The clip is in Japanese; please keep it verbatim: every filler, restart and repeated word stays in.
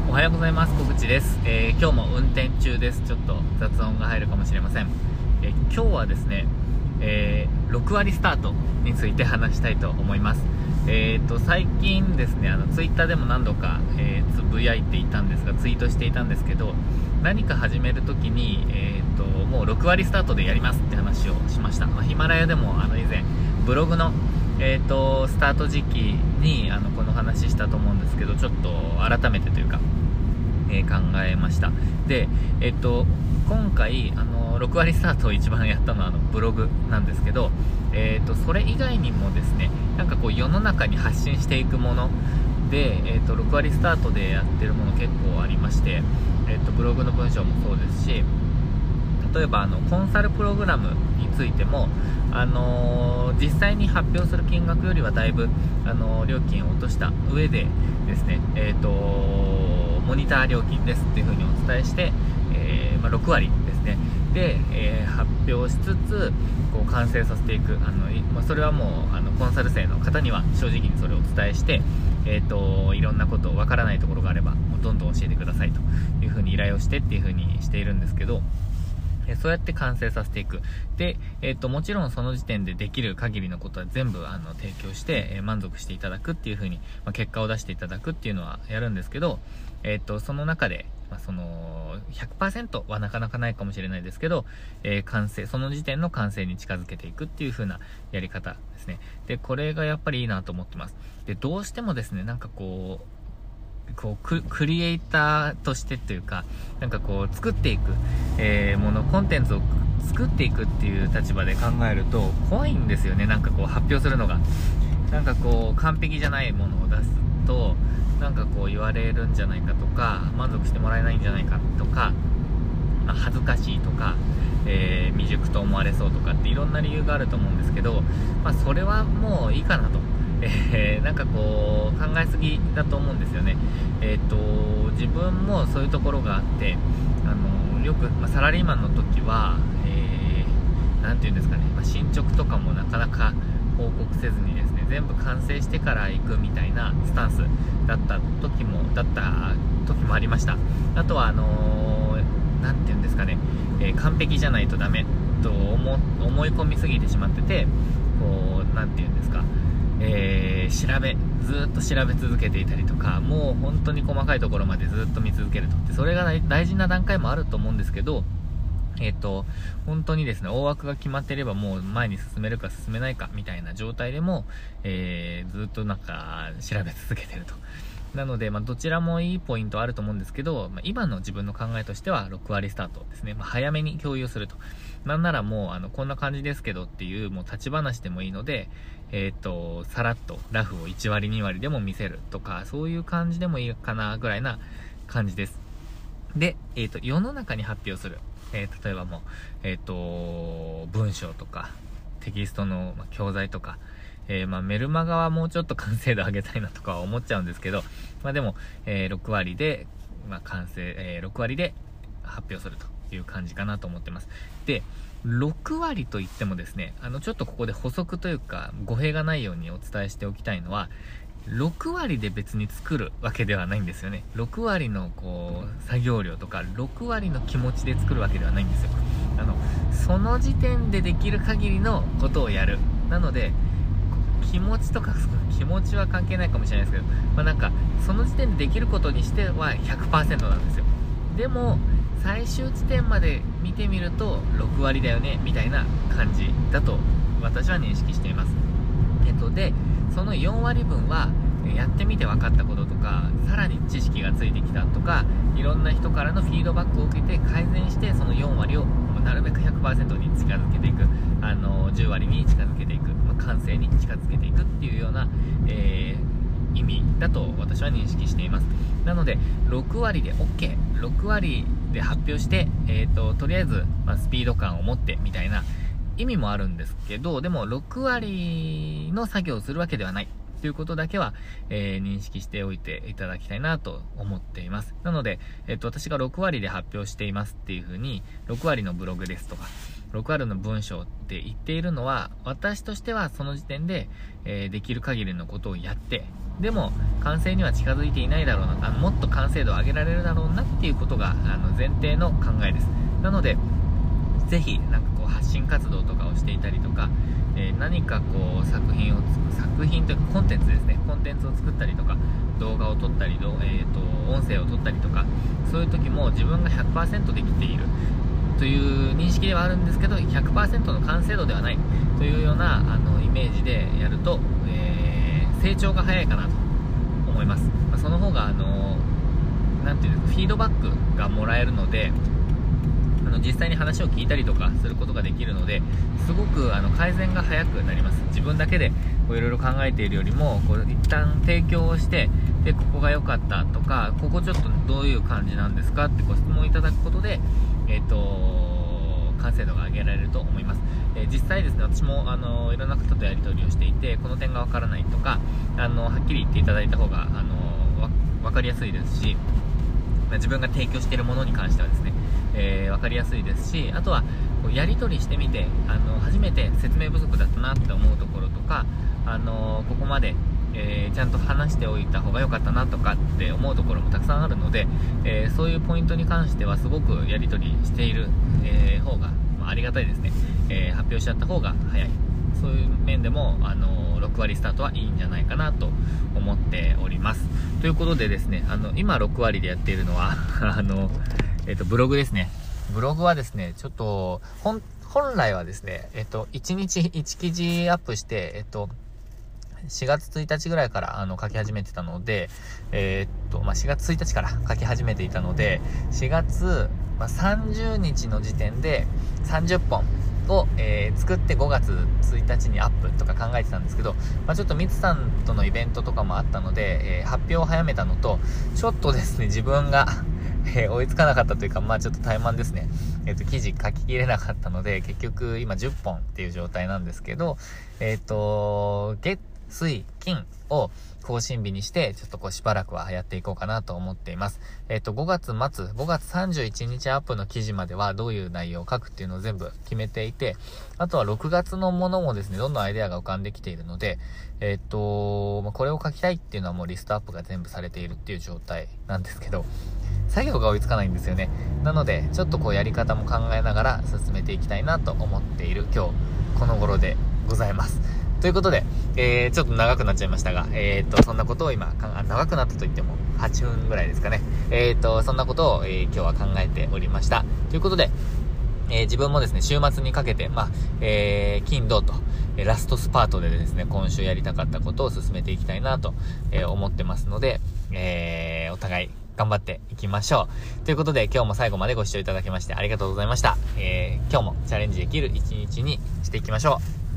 おはようございます。小口です。えー、今日も運転中です。ちょっと雑音が入るかもしれません。えー、今日はですね、えー、ろく割スタートについて話したいと思います。えーと、最近ですね、あの、ツイッターでも何度か、えー、つぶやいていたんですが、ツイートしていたんですけど、何か始めるときに、えーと、もうろく割スタートでやりますって話をしました。まあ、ヒマラヤでも、あの、以前、ブログの、えーと、スタート時期に、あの、この話したと思うんですけど、ちょっと改めてというか、えー、考えました。で、えっと、今回、あの、ろく割スタートを一番やったのは、あの、ブログなんですけど、えっと、それ以外にもですね、なんかこう、世の中に発信していくもので、えっと、ろく割スタートでやってるもの結構ありまして、えっと、ブログの文章もそうですし、例えば、あの、コンサルプログラムについても、あのー、実際に発表する金額よりはだいぶ、あのー、料金を落とした上でですね、えっと、モニター料金ですっていう風にお伝えして、えーまあ、ろく割ですね。で、えー、発表しつつ、こう完成させていく。あの、まあ、それはもう、あの、コンサル生の方には正直にそれをお伝えして、えっと、いろんなこと、わからないところがあれば、もうどんどん教えてくださいという風に依頼をしてっていう風にしているんですけど、そうやって完成させていく。で、えっと、もちろんその時点でできる限りのことは全部、あの、提供して、えー、満足していただくっていう風に、まあ、結果を出していただくっていうのはやるんですけど、えっと、その中で、まあ、その、ひゃくパーセント はなかなかないかもしれないですけど、えー、完成、その時点の完成に近づけていくっていう風なやり方ですね。で、これがやっぱりいいなと思ってます。で、どうしてもですね、なんかこう、こうク、クリエイターとしてというか、なんかこう、作っていく、えー、もの、コンテンツを作っていくっていう立場で考えると、怖いんですよね、なんかこう、発表するのが。なんかこう、完璧じゃないものを出すと、なんかこう、言われるんじゃないかとか、満足してもらえないんじゃないかとか、まあ、恥ずかしいとか、えー、未熟と思われそうとかっていろんな理由があると思うんですけど、まあ、それはもういいかなと。えー、なんかこう考えすぎだと思うんですよね。えっと自分もそういうところがあって、あのよく、まあ、サラリーマンの時は、えー、なんていうんですかね、まあ、進捗とかもなかなか報告せずにですね、全部完成してから行くみたいなスタンスだった時もだった時もありました。あとはあのー、なんていうんですかね、えー、完璧じゃないとダメと 思, 思い込みすぎてしまってて、こうなんていうんですか、えー、調べ、ずーっと調べ続けていたりとか、もう本当に細かいところまでずっと見続けると。で、それが大事な段階もあると思うんですけど、えっと、本当にですね、大枠が決まっていればもう前に進めるか進めないかみたいな状態でも、えー、ずっとなんか調べ続けてると。なので、まあ、どちらもいいポイントあると思うんですけど、まあ、今の自分の考えとしてはろく割スタートですね。まあ、早めに共有すると。なんならもう、あの、こんな感じですけどっていう、もう立ち話でもいいので、えっと、さらっとラフをいち割に割でも見せるとか、そういう感じでもいいかな、ぐらいな感じです。で、えっと、世の中に発表する。えー、例えばもう、えっと、文章とか、テキストの教材とか、えー、まあ、メルマガはもうちょっと完成度上げたいなとかは思っちゃうんですけど、まあでも、えー、ろく割で、まあ、完成、えー、ろく割で発表するという感じかなと思ってます。で、ろく割といってもですね、あの、ちょっとここで補足というか、語弊がないようにお伝えしておきたいのは、ろく割で別に作るわけではないんですよね。ろく割のこう、作業量とか、ろく割の気持ちで作るわけではないんですよ。あの、その時点でできる限りのことをやる。なので、気持ちとか、気持ちは関係ないかもしれないですけど、まあなんか、その時点でできることにしては ひゃくパーセント なんですよ。でも、最終地点まで見てみると、ろく割だよね、みたいな感じだと、私は認識しています。えっと、で、そのよん割分は、やってみて分かったこととか、さらに知識がついてきたとか、いろんな人からのフィードバックを受けて改善して、そのよん割をなるべく ひゃくパーセント に近づけていく、あの、じゅう割に近づけていく、まあ、完成に近づけていくっていうような、えー、意味だと私は認識しています。なので、ろく割で OK、ろく割で発表して、えっと、とりあえず、まあ、スピード感を持ってみたいな意味もあるんですけど、でもろく割の作業をするわけではない。ということだけは、えー、認識しておいていただきたいなと思っています。なので、えっと、私がろく割で発表していますっていう風に、ろく割のブログですとか、ろく割の文章って言っているのは、私としてはその時点で、えー、できる限りのことをやって、 でも完成には近づいていないだろうな、あのもっと完成度を上げられるだろうなっていうことがあの前提の考えです。なのでぜひなんかこう発信活動とかをしていたりとか、えー、何かこう作品を作品というかコンテンツですねコンテンツを作ったりとか動画を撮ったり、えー、と音声を撮ったりとか、そういう時も自分が ひゃくパーセント できているという認識ではあるんですけど ひゃくパーセント の完成度ではないというようなあのイメージでやると、えー、成長が早いかなと思います。まあ、その方があのなんていうかフィードバックがもらえるので、あの実際に話を聞いたりとかすることができるので、すごくあの改善が早くなります。自分だけでいろいろ考えているよりもこう一旦提供をして、でここが良かったとか、ここちょっとどういう感じなんですかってご質問いただくことで、えっと完成度が上げられると思います。えー、実際ですね、私もあのいろんな方とやり取りをしていて、この点がわからないとか、あのはっきり言っていただいた方があのわ分かりやすいですし、自分が提供しているものに関してはですね、えー、分かりやすいですし、あとはこうやり取りしてみて、あの初めて説明不足だったなって思うところとか、あのここまで、えー、ちゃんと話しておいた方が良かったなとかって思うところもたくさんあるので、えー、そういうポイントに関してはすごくやり取りしている、えー、方が、まあ、ありがたいですね。えー、発表しちゃった方が早い、そういう面でもあのろく割スタートはいいんじゃないかなと思っております。ということでですね、あの今ろく割でやっているのはあの、えっと、ブログですね。ブログはですね、ちょっと本本来はですね、えっと、いちにちいち記事アップして、えっとしがつついたちぐらいからあの書き始めてたので、えー、っと、まあ、しがつついたちから書き始めていたので、しがつ、まあ、さんじゅうにちの時点でさんじゅっぽんを、えー、作ってごがつついたちにアップとか考えてたんですけど、まあ、ちょっとミツさんとのイベントとかもあったので、えー、発表を早めたのと、ちょっとですね、自分がえー、追いつかなかったというか、まあちょっと怠慢ですね。えっと、記事書ききれなかったので、結局今じゅっぽんっていう状態なんですけど、えっと、月、水、金を更新日にして、ちょっとこうしばらくはやっていこうかなと思っています。えっと、ごがつ末、ごがつさんじゅういちにちアップの記事まではどういう内容を書くっていうのを全部決めていて、あとはろくがつのものもですね、どんどんアイデアが浮かんできているので、えっと、これを書きたいっていうのはもうリストアップが全部されているっていう状態なんですけど、作業が追いつかないんですよね。なのでちょっとこうやり方も考えながら進めていきたいなと思っている今日この頃でございます。ということで、えー、ちょっと長くなっちゃいましたが、えーとそんなことを今か長くなったと言ってもはっぷんぐらいですかね。えーとそんなことを、えー、今日は考えておりました。ということで、えー、自分もですね、週末にかけて、まあ、えー、金土と、えー、ラストスパートでですね、今週やりたかったことを進めていきたいなと、えー、思ってますので、えー、お互い頑張っていきましょう。ということで、今日も最後までご視聴いただきましてありがとうございました。えー、今日もチャレンジできる一日にしていきましょう。